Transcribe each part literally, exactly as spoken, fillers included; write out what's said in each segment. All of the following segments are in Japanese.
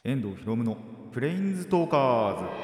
遠藤ひろむのプレインズトーカーズ。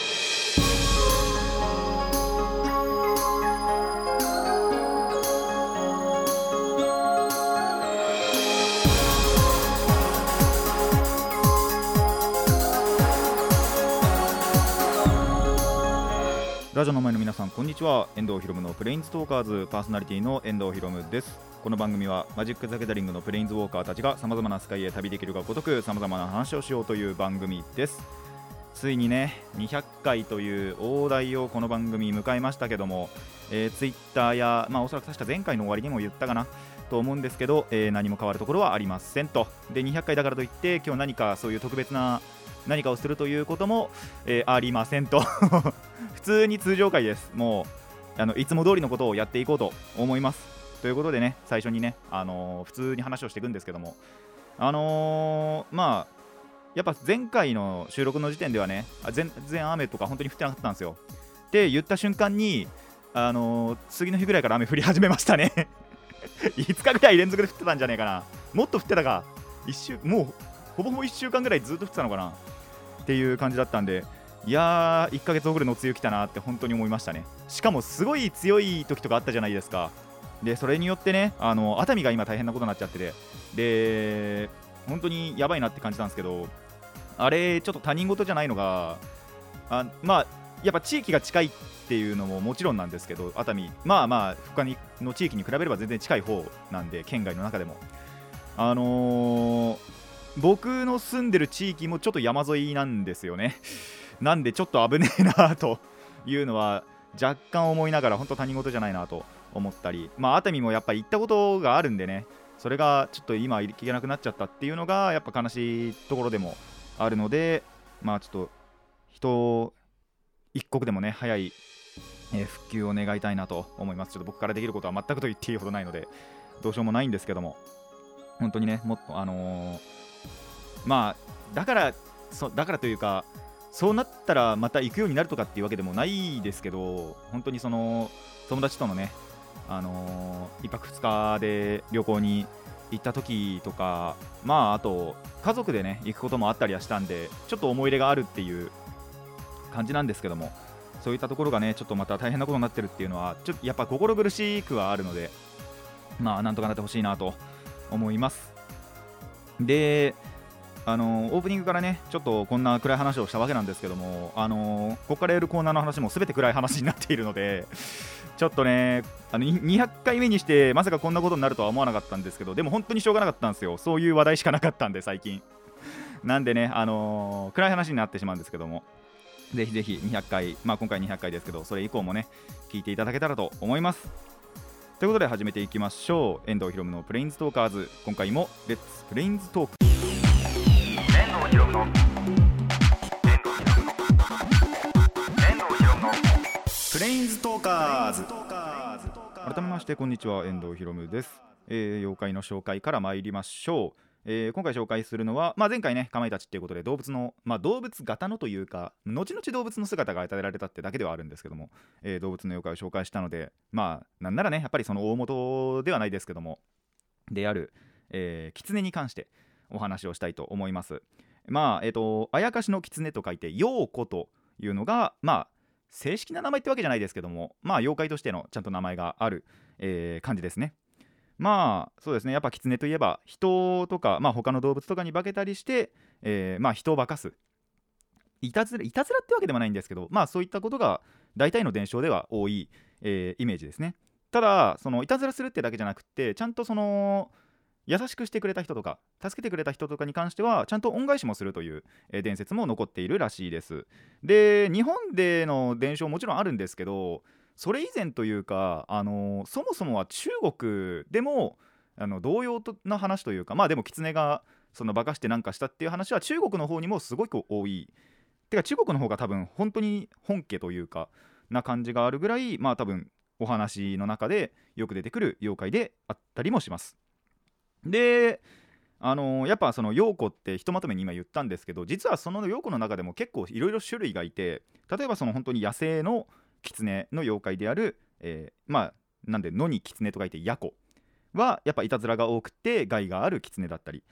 ラジオの前の皆さん、こんにちは。遠藤ひろむのプレインズトーカーズパーソナリティの遠藤ひろむです。この番組はマジック・ザ・ギャザリングのプレインズウォーカーたちがさまざまな世界へ旅できるがごとくさまざまな話をしようという番組です。ついにねにひゃっかいという大台をこの番組迎えましたけども、えー、ツイッターや、まあ、おそらく確か前回の終わりにも言ったかなと思うんですけど、えー、何も変わるところはありませんと。でにひゃっかいだからといって今日何かそういう特別な何かをするということも、えー、ありませんと普通に通常回です。もうあのいつも通りのことをやっていこうと思います。ということでね、最初にね、あのー、普通に話をしていくんですけども、あのー、まあやっぱ前回の収録の時点ではね、全然雨とか本当に降ってなかったんですよ。で言った瞬間に、あのー、次の日ぐらいから雨降り始めましたねいつかぐらい連続で降ってたんじゃねえかな。もっと降ってたか。一週もうほぼほぼいっしゅうかんぐらいずっと降ってたのかなっていう感じだったんで、いやーいっかげつ遅れの梅雨来たなって本当に思いましたね。しかもすごい強い時とかあったじゃないですか。でそれによってね、あの熱海が今大変なことになっちゃってて、で本当にやばいなって感じたんですけど、あれちょっと他人事じゃないのが、あまあやっぱ地域が近いっていうのももちろんなんですけど、熱海まあまあ他の地域に比べれば全然近い方なんで、県外の中でもあのー、僕の住んでる地域もちょっと山沿いなんですよね。なんでちょっと危ねえなというのは若干思いながら、本当他人事じゃないなと思ったり、まあ熱海もやっぱり行ったことがあるんでね、それがちょっと今行けなくなっちゃったっていうのがやっぱ悲しいところでもあるので、まあちょっと人一刻でもね早い、えー、復旧を願いたいなと思います。ちょっと僕からできることは全くと言っていいほどないのでどうしようもないんですけども、本当にねもっとあのー、まあだからそだからというか、そうなったらまた行くようになるとかっていうわけでもないですけど、本当にその友達とのね、あのー、いっぱくふつかで旅行に行った時とか、まああと家族でね行くこともあったりはしたんで、ちょっと思い入れがあるっていう感じなんですけども、そういったところがねちょっとまた大変なことになってるっていうのはちょっとやっぱ心苦しくはあるので、まあなんとかなってほしいなと思います。であのー、オープニングからねちょっとこんな暗い話をしたわけなんですけども、あのー、ここからやるコーナーの話も全て暗い話になっているのでちょっとねあのにひゃっかいめにしてまさかこんなことになるとは思わなかったんですけど、でも本当にしょうがなかったんですよ。そういう話題しかなかったんで最近なんでね、あのー、暗い話になってしまうんですけども、ぜひぜひにひゃっかい、まあ今回にひゃっかいですけど、それ以降もね聞いていただけたらと思います。ということで始めていきましょう。遠藤ひろむのプレインズトーカーズ、今回もレッツプレインズトーク。遠藤ひろむの遠藤ひろむの遠藤ひろむのプレインズトーカーズ。改めましてこんにちは、遠藤ひろむです。えー、妖怪の紹介から参りましょう。えー、今回紹介するのは、まあ、前回ねかまいたちっていうことで動物の、まあ、動物型のというか後々動物の姿が与えられたってだけではあるんですけども、えー、動物の妖怪を紹介したので、まあなんならねやっぱりその大元ではないですけどもである、えー、狐に関してお話をしたいと思います。まあえっ、ー、とあやかしの狐と書いて妖狐というのが、まあ正式な名前ってわけじゃないですけども、まあ妖怪としてのちゃんと名前がある、えー、感じですね。まあそうですね、やっぱ狐といえば人とか、まあ、他の動物とかに化けたりして、えー、まあ人を化かすいたずらいたずらってわけでもないんですけど、まあそういったことが大体の伝承では多い、えー、イメージですね。ただそのいたずらするってだけじゃなくって、ちゃんとその優しくしてくれた人とか助けてくれた人とかに関してはちゃんと恩返しもするという、えー、伝説も残っているらしいです。で日本での伝承もちろんあるんですけど、それ以前というか、あのー、そもそもは中国でもあの同様な話というか、まあでも狐がその化かしてなんかしたっていう話は中国の方にもすごく多い。てか中国の方が多分本当に本家というかな感じがあるぐらい、まあ多分お話の中でよく出てくる妖怪であったりもします。であのー、やっぱその妖狐ってひとまとめに今言ったんですけど、実はその妖狐の中でも結構いろいろ種類がいて、例えばその本当に野生の狐の妖怪である、えー、まあなんで野に狐と書いてヤコはやっぱいたずらが多くて害がある狐だったり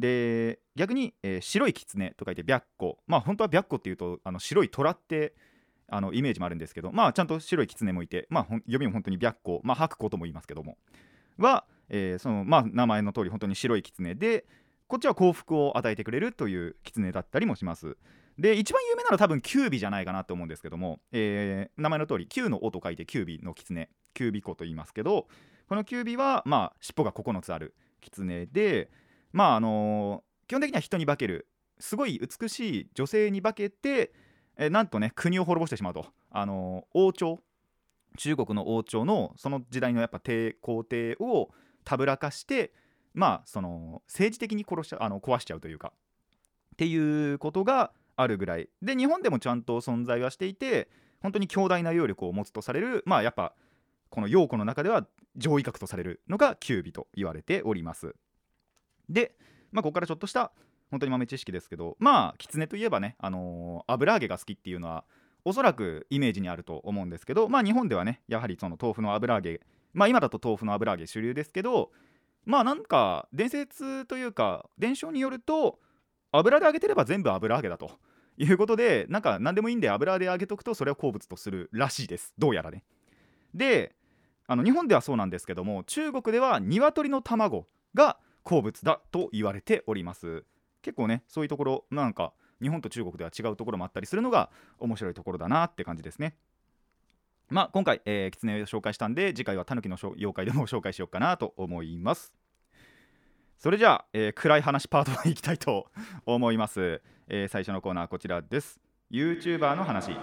で逆に、えー白い狐と書いて白虎、まあ本当は白虎っていうとあの白い虎ってあのイメージもあるんですけど、まあちゃんと白い狐もいて、まあ、ほん読みも本当に白虎、まあ白虎とも言いますけどもは、えーそのまあ、名前の通り本当に白い狐で、こっちは幸福を与えてくれるという狐だったりもします。で一番有名なのは多分キュウビじゃないかなと思うんですけども、えー名前の通りキュウの尾と書いてキュウビの狐、キュウビコと言いますけど、このキュウビはまあ尻尾がここのつある狐で、まああのー基本的には人に化けるすごい美しい女性に化けて、えーなんとね国を滅ぼしてしまうと、あのー王朝、中国の王朝のその時代のやっぱ帝皇帝をたぶらかして、まあその政治的に殺しちゃあの壊しちゃうというかっていうことがあるぐらいで、日本でもちゃんと存在はしていて、本当に強大な揚力を持つとされる、まあやっぱこの陽子の中では上位格とされるのがキュウビと言われております。で、まあここからちょっとした本当に豆知識ですけど、まあ狐といえばね、あのー油揚げが好きっていうのはおそらくイメージにあると思うんですけど、まあ日本ではねやはりその豆腐の油揚げ、まあ今だと豆腐の油揚げ主流ですけど、まあなんか伝説というか伝承によると、油で揚げてれば全部油揚げだということで、なんか何でもいいんで油で揚げとくとそれを好物とするらしいです、どうやらね。であの日本ではそうなんですけども、中国では鶏の卵が好物だと言われております。結構ねそういうところなんか日本と中国では違うところもあったりするのが面白いところだなって感じですね。まあ今回、えー、キツネを紹介したんで、次回はタヌキの妖怪でも紹介しようかなと思います。それじゃあ、えー暗い話パートいきたいと思います。えー最初のコーナーこちらです。 YouTuber の話。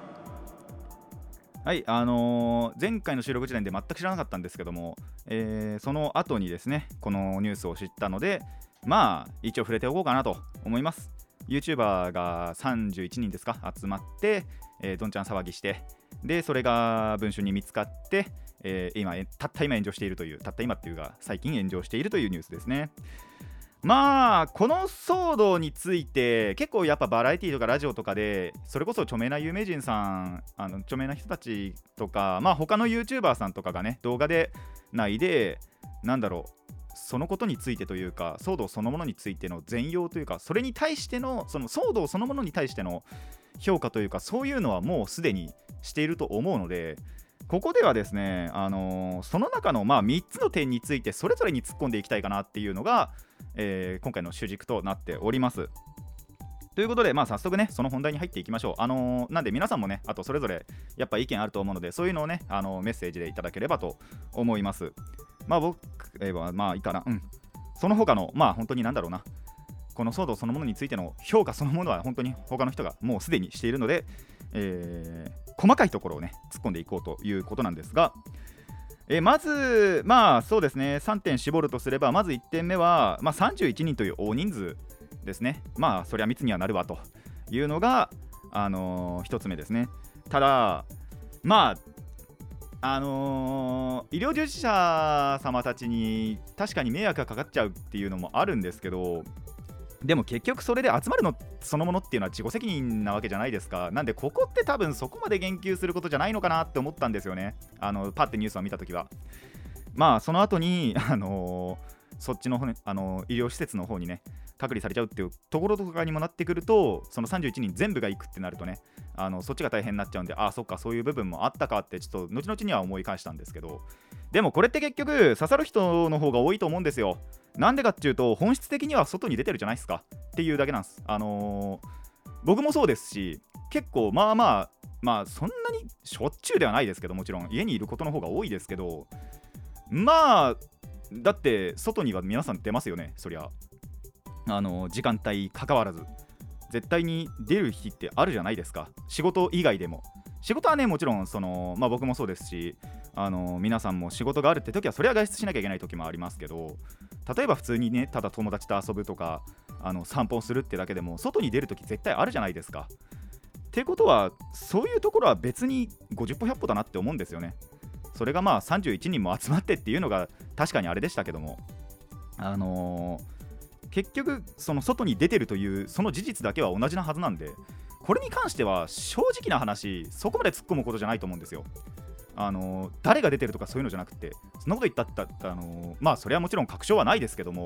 はい、あのー前回の収録時点で全く知らなかったんですけども、えーその後にですねこのニュースを知ったので、まあ一応触れておこうかなと思います。 YouTuber がさんじゅういちにんですか集まって、えーどんちゃん騒ぎして、でそれが文春に見つかって、えー今えたった今炎上しているという、たった今っていうか最近炎上しているというニュースですね。まあこの騒動について結構やっぱバラエティとかラジオとかで、それこそ著名な有名人さん、あの著名な人たちとか、まあ他の YouTuber さんとかがね動画で内で、なんだろう、そのことについてというか騒動そのものについての全容というか、それに対してのその騒動そのものに対しての評価というか、そういうのはもうすでにしていると思うので、ここではですね、あのーその中のまあみっつの点についてそれぞれに突っ込んでいきたいかなっていうのが、えー今回の主軸となっております。ということで、まあ、早速ねその本題に入っていきましょう。あのーなんで皆さんもねあとそれぞれやっぱ意見あると思うので、そういうのをね、あのーメッセージでいただければと思います。まあ僕、えーまあいいかな、うん、その他のまあ本当になんだろうな、この騒動そのものについての評価そのものは本当に他の人がもうすでにしているので、えー細かいところをね突っ込んでいこうということなんですが、えーまずまあそうですね、さんてん絞るとすれば、まずいってんめは、まあ、さんじゅういちにんという大人数ですね。まあそりゃ密にはなるわというのが、あのー、ひとつめですね。ただまああのー医療従事者様たちに確かに迷惑がかかっちゃうっていうのもあるんですけど、でも結局それで集まるのそのものっていうのは自己責任なわけじゃないですか。なんでここって多分そこまで言及することじゃないのかなって思ったんですよね、あのパッてニュースを見たときは。まあその後にあのーそっちの方、ね、あのー医療施設の方にね隔離されちゃうっていうところとかにもなってくると、そのさんじゅういちにん全部が行くってなるとね、あのそっちが大変になっちゃうんで、ああそっかそういう部分もあったかってちょっと後々には思い返したんですけど、でもこれって結局刺さる人の方が多いと思うんですよ。なんでかっていうと、本質的には外に出てるじゃないですかっていうだけなんです。あのー僕もそうですし、結構まあまあまあそんなにしょっちゅうではないですけど、もちろん家にいることの方が多いですけど、まあだって外には皆さん出ますよね、そりゃ。あの時間帯関わらず絶対に出る日ってあるじゃないですか、仕事以外でも。仕事はねもちろんその、まあ、僕もそうですし、あの皆さんも仕事があるって時はそれは外出しなきゃいけない時もありますけど、例えば普通にねただ友達と遊ぶとか、あの散歩をするってだけでも外に出る時絶対あるじゃないですか。ってことはそういうところは別にごじゅっぽひゃっぽだなって思うんですよね。それがまあさんじゅういちにんも集まってっていうのが確かにあれでしたけども、あのー結局その外に出てるというその事実だけは同じなはずなんで、これに関しては正直な話そこまで突っ込むことじゃないと思うんですよ。あの誰が出てるとかそういうのじゃなくて、そんなこと言ったってあのまあそれはもちろん確証はないですけども、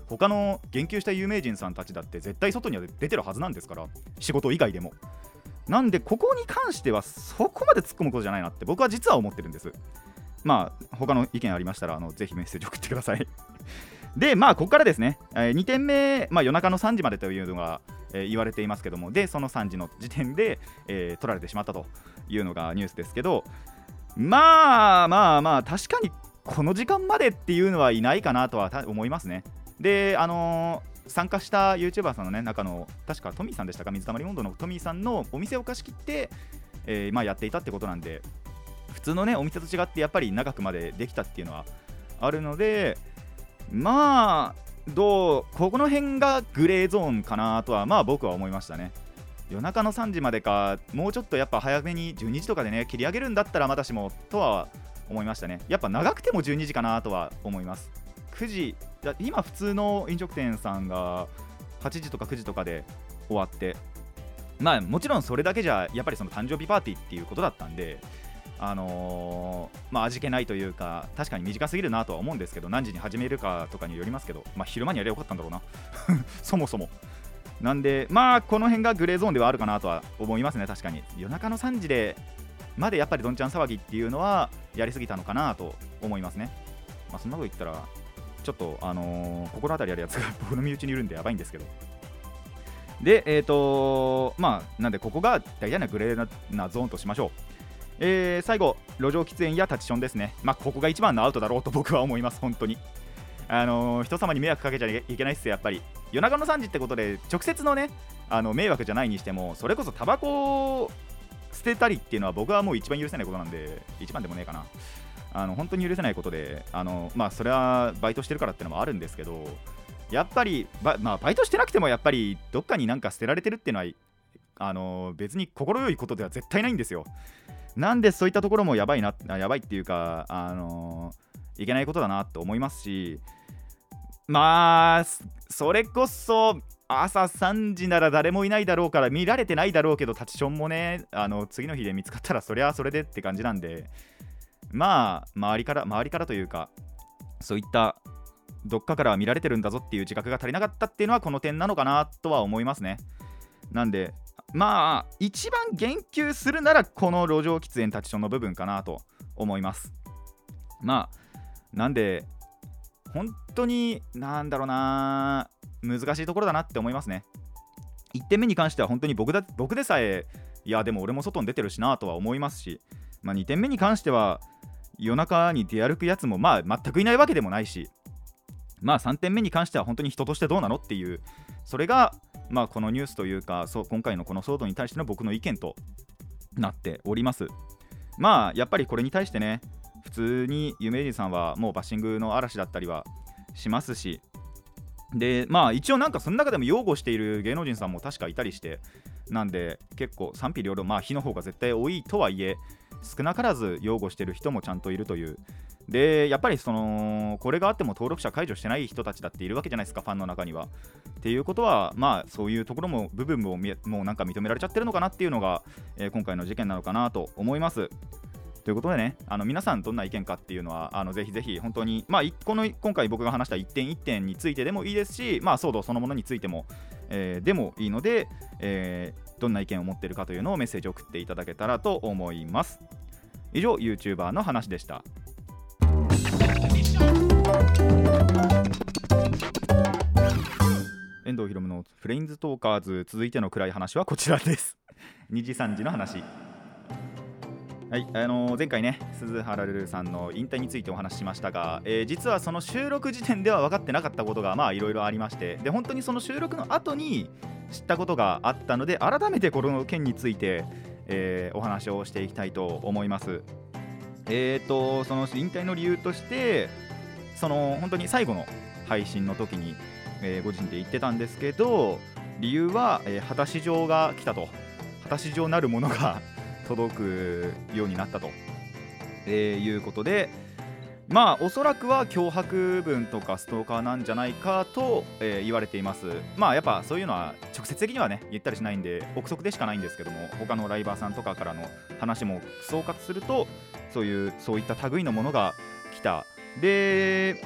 他の言及した有名人さんたちだって絶対外には出てるはずなんですから、仕事以外でも。なんでここに関してはそこまで突っ込むことじゃないなって僕は実は思ってるんです。まあ他の意見ありましたらあのぜひメッセージ送ってくださいでまあここからですね、えー、にてんめ、まあ、夜中のさんじまでというのが、えー、言われていますけども、でそのさんじの時点で、えー、取られてしまったというのがニュースですけど、まあまあまあ確かにこの時間までっていうのはいないかなとは思いますね。であのー参加した YouTuber さんの、ね、中の確かトミーさんでしたか、水溜りボンドのトミーさんのお店を貸し切って、えーまあ、やっていたってことなんで、普通の、ね、お店と違ってやっぱり長くまでできたっていうのはあるので、まあどうここの辺がグレーゾーンかなとはまあ僕は思いましたね。夜中のさんじまでか、もうちょっとやっぱ早めにじゅうにじとかでね切り上げるんだったらまだしもとは思いましたね。やっぱ長くてもじゅうにじかなとは思います。くじ、今普通の飲食店さんがはちじとかくじとかで終わって、まあもちろんそれだけじゃやっぱりその誕生日パーティーっていうことだったんで、あのー、まあ味気ないというか確かに短すぎるなとは思うんですけど、何時に始めるかとかによりますけど、まあ昼間にやればよかったんだろうなそもそもなんで、まあこの辺がグレーゾーンではあるかなとは思いますね。確かに夜中のさんじでまでやっぱりどんちゃん騒ぎっていうのはやりすぎたのかなと思いますね。まあそんなこと言ったらちょっとあのー、心当たりあるやつが僕の身内にいるんでやばいんですけど、でえっ、ー、とまあなんでここが大体なグレーなゾーンとしましょう。えー、最後路上喫煙やタチションですね。まあここが一番のアウトだろうと僕は思います。本当にあのー、人様に迷惑かけちゃいけないっすよ。やっぱり夜中のさんじってことで直接のねあの迷惑じゃないにしても、それこそタバコを捨てたりっていうのは僕はもう一番許せないことなんで、一番でもねえかな、あの本当に許せないことで、あのまあそれはバイトしてるからってのもあるんですけど、やっぱりバ,、まあ、バイトしてなくてもやっぱりどっかになんか捨てられてるっていうのはあの別に心よいことでは絶対ないんですよ。なんでそういったところもやばいな、やばいっていうかあのいけないことだなと思いますし、まあそれこそ朝さんじなら誰もいないだろうから見られてないだろうけど、タチションもねあの次の日で見つかったらそりゃそれでって感じなんで、まあ周りから周りからというかそういったどっかから見られてるんだぞっていう自覚が足りなかったっていうのはこの点なのかなとは思いますね。なんでまあ一番言及するならこの路上喫煙タチションの部分かなと思います。まあなんで本当になんだろうな、難しいところだなって思いますね。いってんめに関しては本当に僕だ僕でさえいやでも俺も外に出てるしなとは思いますし、まあ、にてんめに関しては夜中に出歩くやつもまあ全くいないわけでもないし、まあさんてんめに関しては本当に人としてどうなのっていう、それがまあこのニュースというかそう今回のこの騒動に対しての僕の意見となっております。まあやっぱりこれに対してね、普通に有名人さんはもうバッシングの嵐だったりはしますし、でまあ一応なんかその中でも擁護している芸能人さんも確かいたりして、なんで結構賛否両論、まあ非の方が絶対多いとはいえ少なからず擁護してる人もちゃんといるという。でやっぱりそのこれがあっても登録者解除してない人たちだっているわけじゃないですか、ファンの中には。っていうことはまあそういうところも部分ももうなんか認められちゃってるのかなっていうのが、えー、今回の事件なのかなと思います。ということでね、あの皆さんどんな意見かっていうのはあのぜひぜひ本当に、まあ、この今回僕が話した一点一点についてでもいいですし、まあ、騒動そのものについても、えー、でもいいので、えー、どんな意見を持っているかというのをメッセージを送っていただけたらと思います。以上 YouTuber の話でした。遠藤ひろむのフレインズトーカーズ、続いての暗い話はこちらですにじさんじの話。はい、あのー、前回ね鈴原ルルさんの引退についてお話ししましたが、えー、実はその収録時点では分かってなかったことがまあいろいろありまして、で本当にその収録の後に知ったことがあったので、改めてこの件について、えー、お話をしていきたいと思います。えーとその引退の理由として、その本当に最後の配信の時に、えー、ご自身で言ってたんですけど、理由は、えー、果たし状が来たと、果たし状なるものが届くようになったと、えー、いうことで、まあおそらくは脅迫文とかストーカーなんじゃないかと、えー、言われています。まあやっぱそういうのは直接的にはね言ったりしないんで憶測でしかないんですけども、他のライバーさんとかからの話も総括するとそういうそういった類のものが来た。で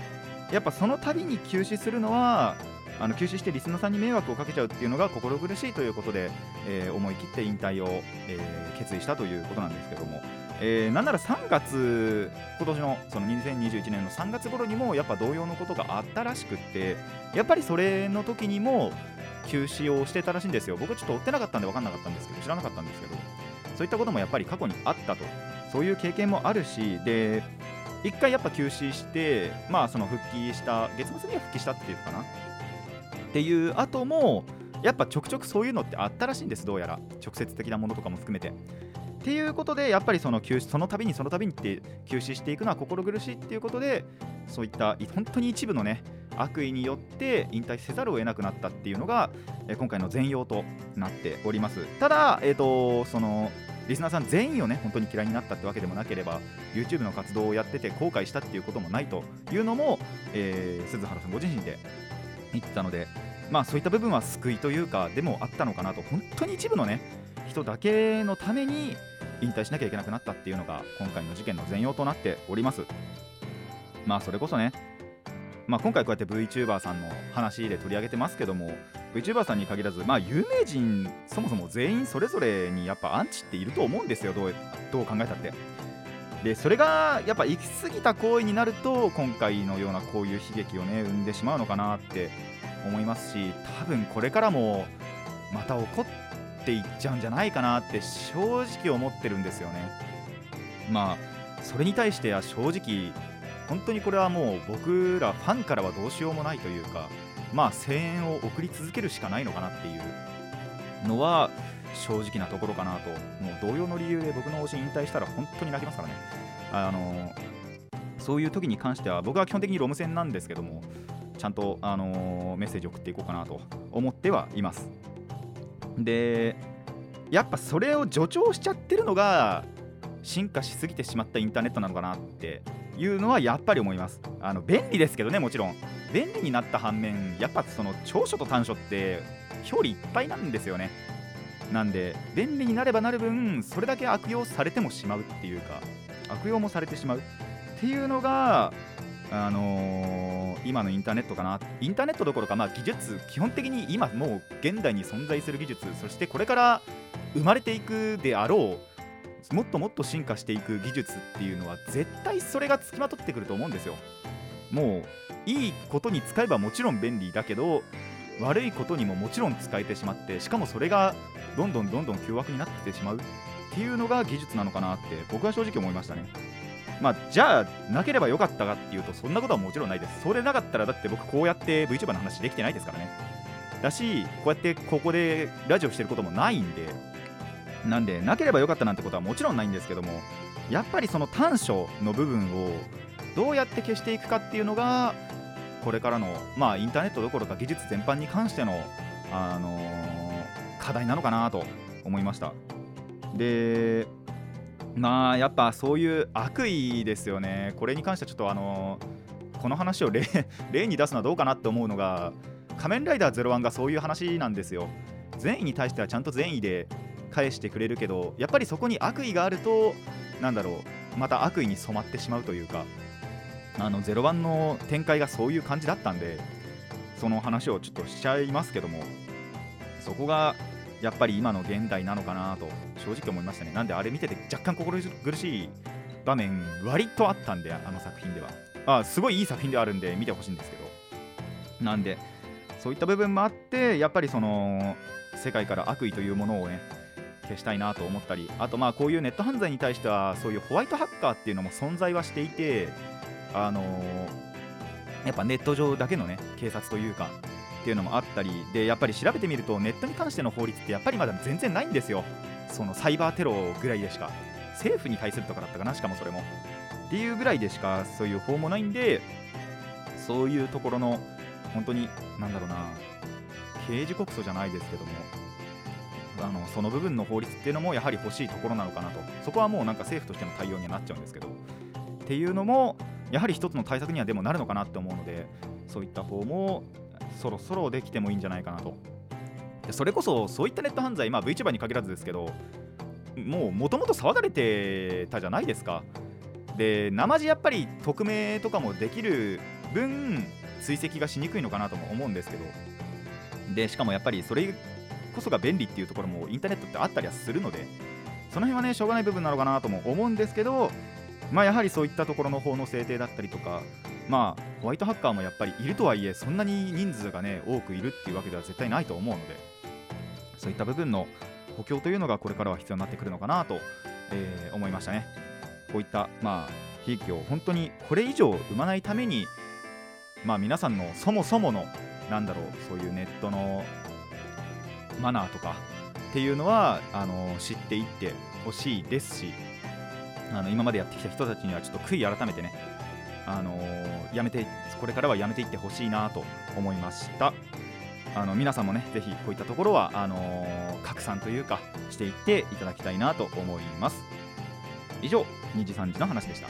やっぱその度に休止するのはあの休止してリスナーさんに迷惑をかけちゃうっていうのが心苦しいということで、えー思い切って引退を、えー決意したということなんですけども、えーなんならさんがつ、今年のそのにせんにじゅういちねんのさんがつ頃にもやっぱ同様のことがあったらしくって、やっぱりそれの時にも休止をしてたらしいんですよ。僕ちょっと追ってなかったんで分かんなかったんですけど、知らなかったんですけど、そういったこともやっぱり過去にあったと、そういう経験もあるし、で一回やっぱ休止して、まあその復帰した、月末には復帰したっていうかなっていう後も、やっぱちょくちょくそういうのってあったらしいんです、どうやら直接的なものとかも含めて。っていうことで、やっぱりその休止、その度にその度にって休止していくのは心苦しいっていうことで、そういったい本当に一部のね、悪意によって引退せざるを得なくなったっていうのが、えー今回の全容となっております。ただ、えーと、そのリスナーさん全員をね、本当に嫌いになったってわけでもなければ、YouTube の活動をやってて後悔したっていうこともないというのも、えー鈴原さんご自身で言ってたので、まあそういった部分は救いというかでもあったのかなと。本当に一部のね人だけのために引退しなきゃいけなくなったっていうのが今回の事件の全容となっております。まあそれこそね、まあ今回こうやって VTuber さんの話で取り上げてますけども、 VTuber さんに限らず、まあ有名人そもそも全員それぞれにやっぱアンチっていると思うんですよ、どうどう考えたって。でそれがやっぱ行き過ぎた行為になると、今回のようなこういう悲劇をね生んでしまうのかなって思いますし、多分これからもまた起こっていっちゃうんじゃないかなって正直思ってるんですよね。まあそれに対しては正直本当にこれはもう僕らファンからはどうしようもないというか、まあ声援を送り続けるしかないのかなっていうのは正直なところかなと。もう同様の理由で僕の推し引退したら本当に泣きますからね。あのそういう時に関しては僕は基本的にロム線なんですけども、ちゃんと、あのメッセージ送っていこうかなと思ってはいます。でやっぱそれを助長しちゃってるのが進化しすぎてしまったインターネットなのかなっていうのはやっぱり思います。あの便利ですけどね、もちろん便利になった反面、やっぱその長所と短所って表裏いっぱいなんですよね。なんで便利になればなる分それだけ悪用されてもしまうっていうか、悪用もされてしまうっていうのが、あのー今のインターネットかな。インターネットどころか、まあ技術、基本的に今もう現代に存在する技術、そしてこれから生まれていくであろうもっともっと進化していく技術っていうのは絶対それがつきまとってくると思うんですよ。もういいことに使えばもちろん便利だけど、悪いことにももちろん使えてしまって、しかもそれがどんどんどんどん凶悪になってしまうっていうのが技術なのかなって僕は正直思いましたね。まあじゃあなければよかったかっていうと、そんなことはもちろんないです。それなかったらだって僕こうやって VTuber の話できてないですからね。だしこうやってここでラジオしてることもないんで、なんでなければよかったなんてことはもちろんないんですけども、やっぱりその短所の部分をどうやって消していくかっていうのがこれからの、まあインターネットどころか技術全般に関しての、あのー課題なのかなと思いました。でまあやっぱそういう悪意ですよね。これに関してはちょっとあのーこの話を例例に出すのはどうかなって思うのが、仮面ライダーゼロワンがそういう話なんですよ。善意に対してはちゃんと善意で返してくれるけど、やっぱりそこに悪意があると、なんだろう、また悪意に染まってしまうというか、あのゼロワンの展開がそういう感じだったんで、その話をちょっとしちゃいますけども、そこがやっぱり今の現代なのかなと正直思いましたね。なんであれ見てて若干心苦しい場面割とあったんで、あの作品ではあすごいいい作品ではあるんで見てほしいんですけど、なんでそういった部分もあって、やっぱりその世界から悪意というものをね消したいなと思ったり、あとまあこういうネット犯罪に対してはそういうホワイトハッカーっていうのも存在はしていて、あのーやっぱネット上だけのね警察というかっていうのもあったりで、やっぱり調べてみるとネットに関しての法律ってやっぱりまだ全然ないんですよ。そのサイバーテロぐらいでしか、政府に対するとかだったかな、しかもそれもっていうぐらいでしかそういう法もないんで、そういうところの本当になんだろうな、刑事告訴じゃないですけども、あのその部分の法律っていうのもやはり欲しいところなのかなと。そこはもうなんか政府としての対応にはなっちゃうんですけどっていうのもやはり一つの対策にはでもなるのかなって思うので、そういった方もそろそろできてもいいんじゃないかなと。でそれこそそういったネット犯罪、まあ VTuber に限らずですけど、もうもともと騒がれてたじゃないですか。で生地やっぱり匿名とかもできる分追跡がしにくいのかなとも思うんですけど、でしかもやっぱりそれこそが便利っていうところもインターネットってあったりはするので、その辺はねしょうがない部分なのかなとも思うんですけど、まあやはりそういったところの法の制定だったりとか、まあホワイトハッカーもやっぱりいるとはいえ、そんなに人数がね多くいるっていうわけでは絶対ないと思うので、そういった部分の補強というのがこれからは必要になってくるのかなと、えー思いましたね。こういったまあ悲劇を本当にこれ以上生まないために、まあ皆さんのそもそものなんだろう、そういうネットのマナーとかっていうのはあの知っていってほしいですし、あの今までやってきた人たちにはちょっと悔い改めてね、あのーやめてこれからはやめていってほしいなと思いました。あの皆さんもねぜひこういったところはあのー拡散というかしていっていただきたいなと思います。以上にじさんじの話でした。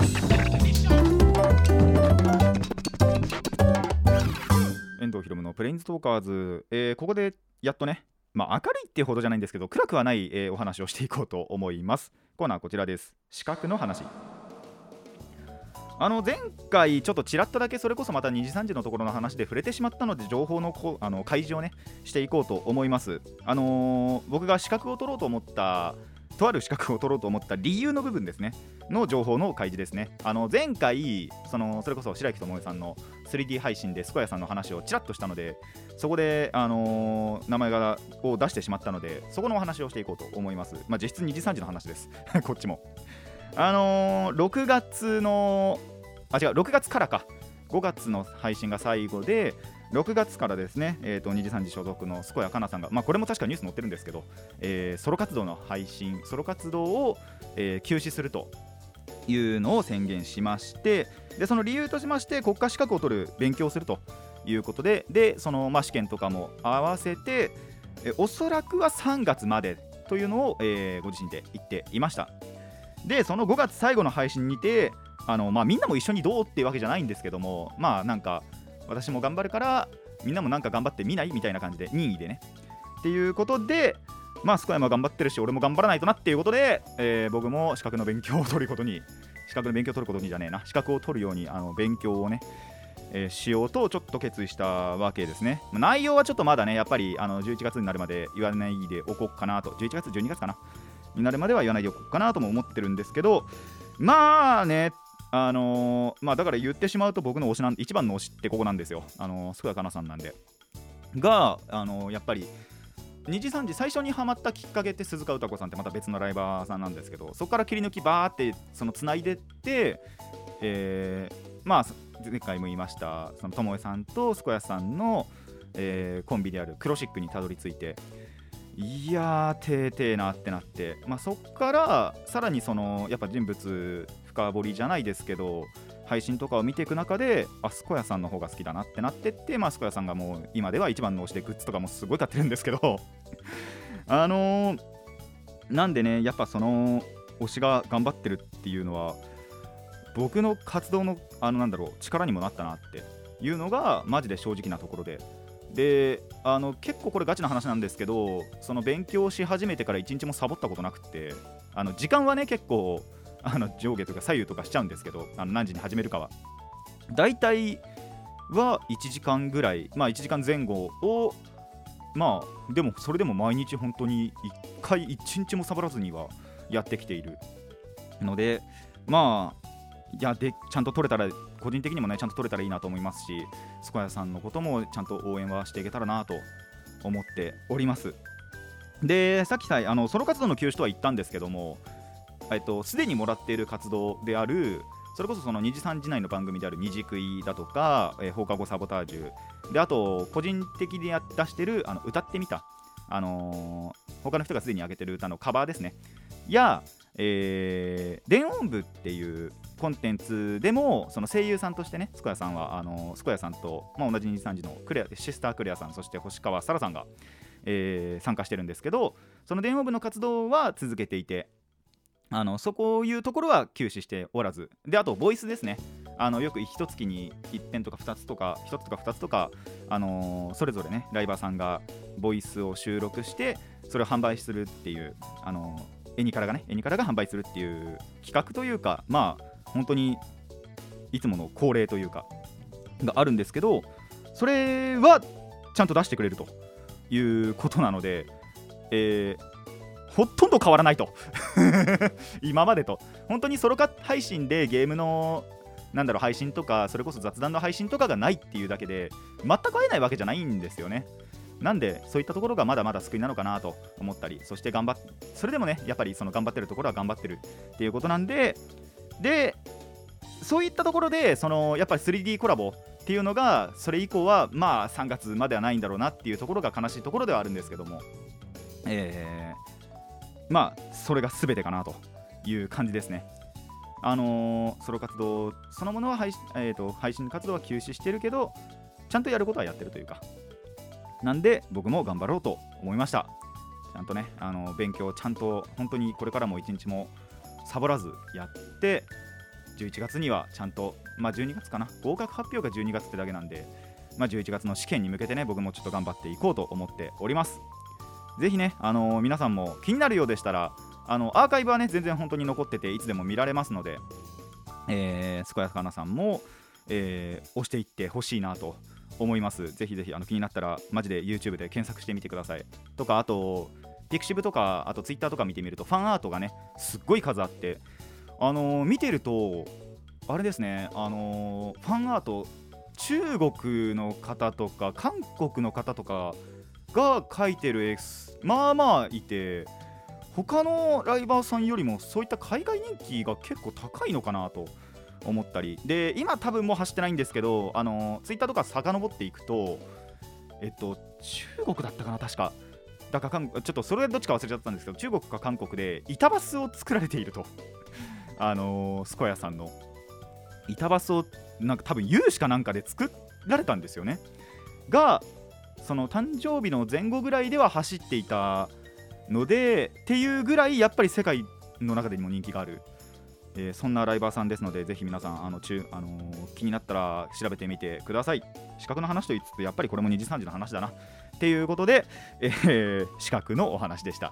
遠藤ひろむのプレインズトーカーズ、えーここでやっとね、まあ、明るいっていうほどじゃないんですけど暗くはない、えーお話をしていこうと思います。コーナーこちらです。資格の話。あの前回ちょっとちらっとだけそれこそまたにじさんじのところの話で触れてしまったので、情報のこあの開示をねしていこうと思います。あのー僕が資格を取ろうと思ったとある資格を取ろうと思った理由の部分ですねの情報の開示ですね。あの前回そのそれこそ白雪智恵さんの スリーディー 配信でスコヤさんの話をちらっとしたので、そこで、あのー名前がを出してしまったので、そこのお話をしていこうと思います。まあ実質にじさんじの話ですこっちもあのー、ろくがつのあ違うろくがつからかごがつの配信が最後で、ろくがつからですね、えー、とにじさんじ所属のすこやかなさんが、まあ、これも確かニュース載ってるんですけど、えーソロ活動の配信ソロ活動を、えー休止するというのを宣言しまして、でその理由としまして国家資格を取る勉強をするということで、でその、まあ、試験とかも合わせて、えーおそらくはさんがつまでというのを、えーご自身で言っていました。でそのごがつ最後の配信にて、あの、まあ、みんなも一緒にどうっていうわけじゃないんですけども、まあなんか私も頑張るからみんなもなんか頑張ってみないみたいな感じで任意でねっていうことで、まあスコヤも頑張ってるし俺も頑張らないとなっていうことで、えー僕も資格の勉強を取ることに資格の勉強を取ることにじゃねえな資格を取るようにあの勉強をね、えーしようとちょっと決意したわけですね。内容はちょっとまだねやっぱりあのじゅういちがつになるまで言わないでおこうかなと、じゅういちがつじゅうにがつかなになるまでは言わないでおこうかなとも思ってるんですけど、まあねあのー、まあだから言ってしまうと僕の推しなん一番の推しってここなんですよ。あのー、すこやかなさんなんでが、あのー、やっぱりにじさんじ最初にハマったきっかけって鈴鹿歌子さんってまた別のライバーさんなんですけど、そこから切り抜きバーってその繋いでって、えー、まあ前回も言いましたそのともえさんとすこやさんの、えー、コンビであるクロシックにたどり着いて、いやーてーてーなってなって、まあ、そっからさらにそのやっぱ人物深掘りじゃないですけど配信とかを見ていく中で、あすこやさんの方が好きだなってなってって、まあすこやさんがもう今では一番の推しでグッズとかもすごい買ってるんですけどあのー、なんでねやっぱその推しが頑張ってるっていうのは僕の活動のあのなんだろう力にもなったなっていうのがマジで正直なところで、であの結構これガチな話なんですけど、その勉強し始めてからいちにちもサボったことなくて、あの時間はね結構あの上下とか左右とかしちゃうんですけど、あの何時に始めるかはだいたいはいちじかんぐらい、まあいちじかんぜん後をまあでもそれでも毎日本当にいっかいいちにちもサボらずにはやってきているので、まあいやでちゃんと取れたら個人的にもねちゃんと取れたらいいなと思いますし、スコヤさんのこともちゃんと応援はしていけたらなと思っております。でさっきさあのソロ活動の休止とは言ったんですけども、えっとすでにもらっている活動であるそれこそそのにじさんじ内の番組であるにじ食いだとか、えー、放課後サボタージュで、あと個人的にや出してるあの歌ってみた、あのー、他の人がすでに上げてる歌のカバーですねや、えー、電音部っていうコンテンツでもその声優さんとしてねスコヤさんはあのスコヤさんと、まあ、同じにじさんじのクレアシスタークレアさん、そして星川沙羅さんが、えー、参加してるんですけど、その電音部の活動は続けていて、あのそこいうところは休止しておらず、であとボイスですね、あのよく一月にいってんとかふたつとかひとつとかふたつとか、あのー、それぞれねライバーさんがボイスを収録してそれを販売するっていう、あのー、エニカラがねエニカラが販売するっていう企画というか、まあ本当にいつもの恒例というかがあるんですけど、それはちゃんと出してくれるということなので、えー、ほとんど変わらないと今までと。本当にソロ化配信でゲームのなんだろう配信とか、それこそ雑談の配信とかがないっていうだけで全く会えないわけじゃないんですよね。なんでそういったところがまだまだ救いなのかなと思ったり、そして頑張っそれでもねやっぱりその頑張ってるところは頑張ってるっていうことなんで、でそういったところでそのやっぱり スリーディー コラボっていうのがそれ以降はまあさんがつまではないんだろうなっていうところが悲しいところではあるんですけども、えー、まあそれが全てかなという感じですね。あのー、ソロ活動そのものは配信、えーと、配信活動は休止してるけどちゃんとやることはやってるというか、なんで僕も頑張ろうと思いました。ちゃんとね、あの勉強ちゃんと本当にこれからも一日もサボらずやって、じゅういちがつにはちゃんと、まあじゅうにがつかな、合格発表がじゅうにがつってだけなんで、まあ、じゅういちがつの試験に向けてね僕もちょっと頑張っていこうと思っております。ぜひね、あのー、皆さんも気になるようでしたら、あのアーカイブはね全然本当に残ってていつでも見られますので、えー、健やかなさんも、えー、押していってほしいなと思います。ぜひぜひあの気になったらマジで YouTube で検索してみてください。とか、あと Pixiv とか、あと Twitter とか見てみるとファンアートがねすっごい数あって、あのー、見てるとあれですね、あのー、ファンアート中国の方とか韓国の方とかが描いてる絵まあまあいて、他のライバーさんよりもそういった海外人気が結構高いのかなと思ったりで、今多分もう走ってないんですけど、あのツイッターとか遡っていくと、えっと中国だったかな、確かだかちょっとそれどっちか忘れちゃったんですけど、中国か韓国で板バスを作られているとあのー、スコヤさんの板バスをなんか多分有志かなんかで作られたんですよね。がその誕生日の前後ぐらいでは走っていたのでっていうぐらいやっぱり世界の中でも人気がある、えー、そんなライバーさんですので、ぜひ皆さんあの中、あのー、気になったら調べてみてください。資格の話と言いつつやっぱりこれもにじさんじの話だなっていうことで、えー、資格のお話でした。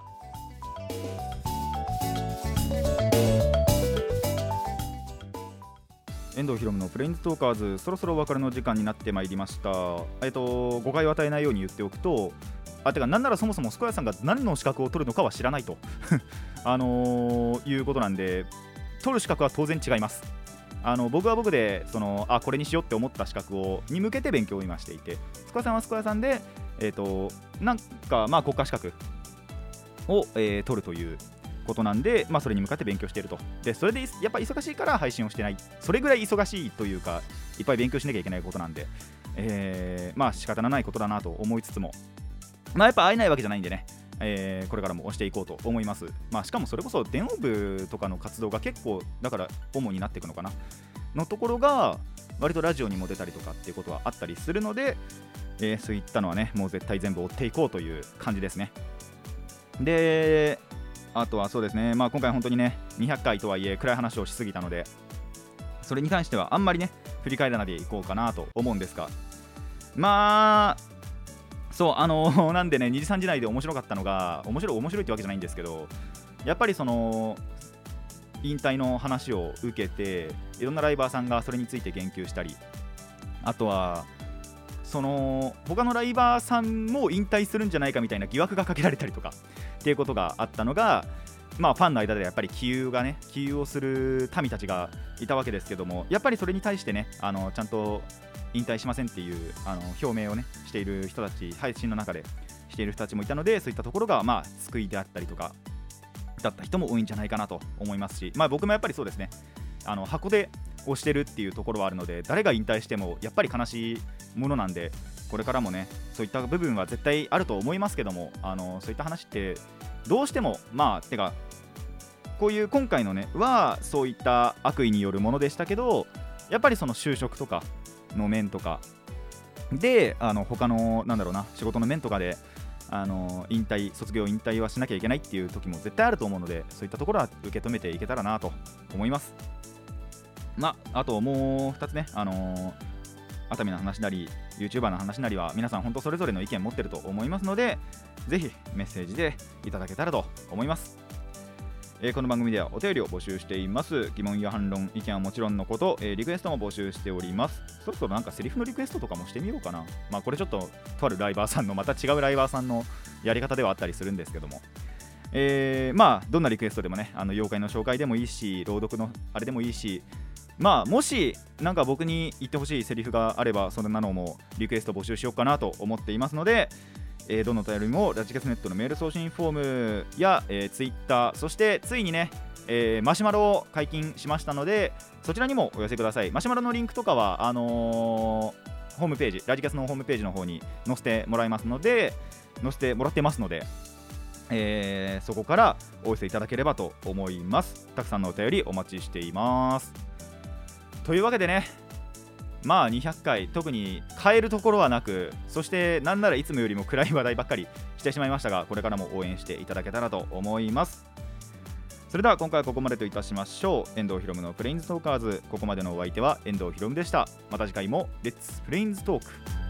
遠藤ひろむのプレインズトーカーズ、そろそろお別れの時間になってまいりました。えっと誤解を与えないように言っておくと、あてかなんならそもそもスコヤさんが何の資格を取るのかは知らないとあのー、いうことなんで、取る資格は当然違います。あの僕は僕でそのあこれにしようって思った資格をに向けて勉強を今していて、スコヤさんはスコヤさんで、えーとなんかまあ国家資格を、えー、取るということなんで、まあ、それに向かって勉強していると。でそれでやっぱ忙しいから配信をしてない、それぐらい忙しいというかいっぱい勉強しなきゃいけないことなんで、えー、まあ仕方のないことだなと思いつつも、まあやっぱ会えないわけじゃないんでね、えー、これからも押していこうと思います。まあしかもそれこそ電音部とかの活動が結構だから主になっていくのかなのところが割とラジオにも出たりとかっていうことはあったりするので、えー、そういったのはねもう絶対全部追っていこうという感じですね。であとはそうですね、まあ今回本当にねにひゃっかいとはいえ暗い話をしすぎたので、それに関してはあんまりね振り返らないでいこうかなと思うんですが、まあそうあのー、なんでねにじさんじ内で面白かったのが、面白い面白いってわけじゃないんですけど、やっぱりその引退の話を受けていろんなライバーさんがそれについて言及したり、あとはその他のライバーさんも引退するんじゃないかみたいな疑惑がかけられたりとかっていうことがあったのが、まあファンの間でやっぱり気憂がね気憂をする民たちがいたわけですけども、やっぱりそれに対してねあのちゃんと引退しませんっていうあの表明をねしている人たち、配信の中でしている人たちもいたので、そういったところがまあ救いであったりとかだった人も多いんじゃないかなと思いますし、まあ僕もやっぱりそうですね、あの箱で押してるっていうところはあるので、誰が引退してもやっぱり悲しいものなんで、これからもねそういった部分は絶対あると思いますけども、あのそういった話ってどうしてもまあてかこういう今回のねはそういった悪意によるものでしたけど、やっぱりその就職とかの面とかで、あの他のなんだろうな仕事の面とかであの引退卒業引退はしなきゃいけないっていう時も絶対あると思うので、そういったところは受け止めていけたらなと思います。まああともうふたつね、あのー、熱海の話なり YouTuber の話なりは皆さん本当それぞれの意見持ってると思いますので、ぜひメッセージでいただけたらと思います。 えー、この番組ではお便りを募集しています。疑問や反論、意見はもちろんのこと、えー、リクエストも募集しております。そろそろなんかセリフのリクエストとかもしてみようかな。まあこれちょっととあるライバーさんのまた違うライバーさんのやり方ではあったりするんですけども、えー、まあどんなリクエストでもね、あの妖怪の紹介でもいいし、朗読のあれでもいいし、まあもしなんか僕に言ってほしいセリフがあれば、そんなのもリクエスト募集しようかなと思っていますので、えー、どのお便りもラジキャスネットのメール送信フォームや、えー、ツイッター、そしてついにね、えー、マシュマロを解禁しましたので、そちらにもお寄せください。マシュマロのリンクとかはあのー、ホームページ、ラジキャスのホームページの方に載せてもらいますので載せてもらってますので、えー、そこからお寄せいただければと思います。たくさんのお便りお待ちしています。というわけでね、まあにひゃっかい特に変えるところはなく、そしてなんならいつもよりも暗い話題ばっかりしてしまいましたが、これからも応援していただけたらと思います。それでは今回はここまでといたしましょう。遠藤ひろむのプレインズトーカーズ、ここまでのお相手は遠藤ひろむでした。また次回もレッツプレインズトーク。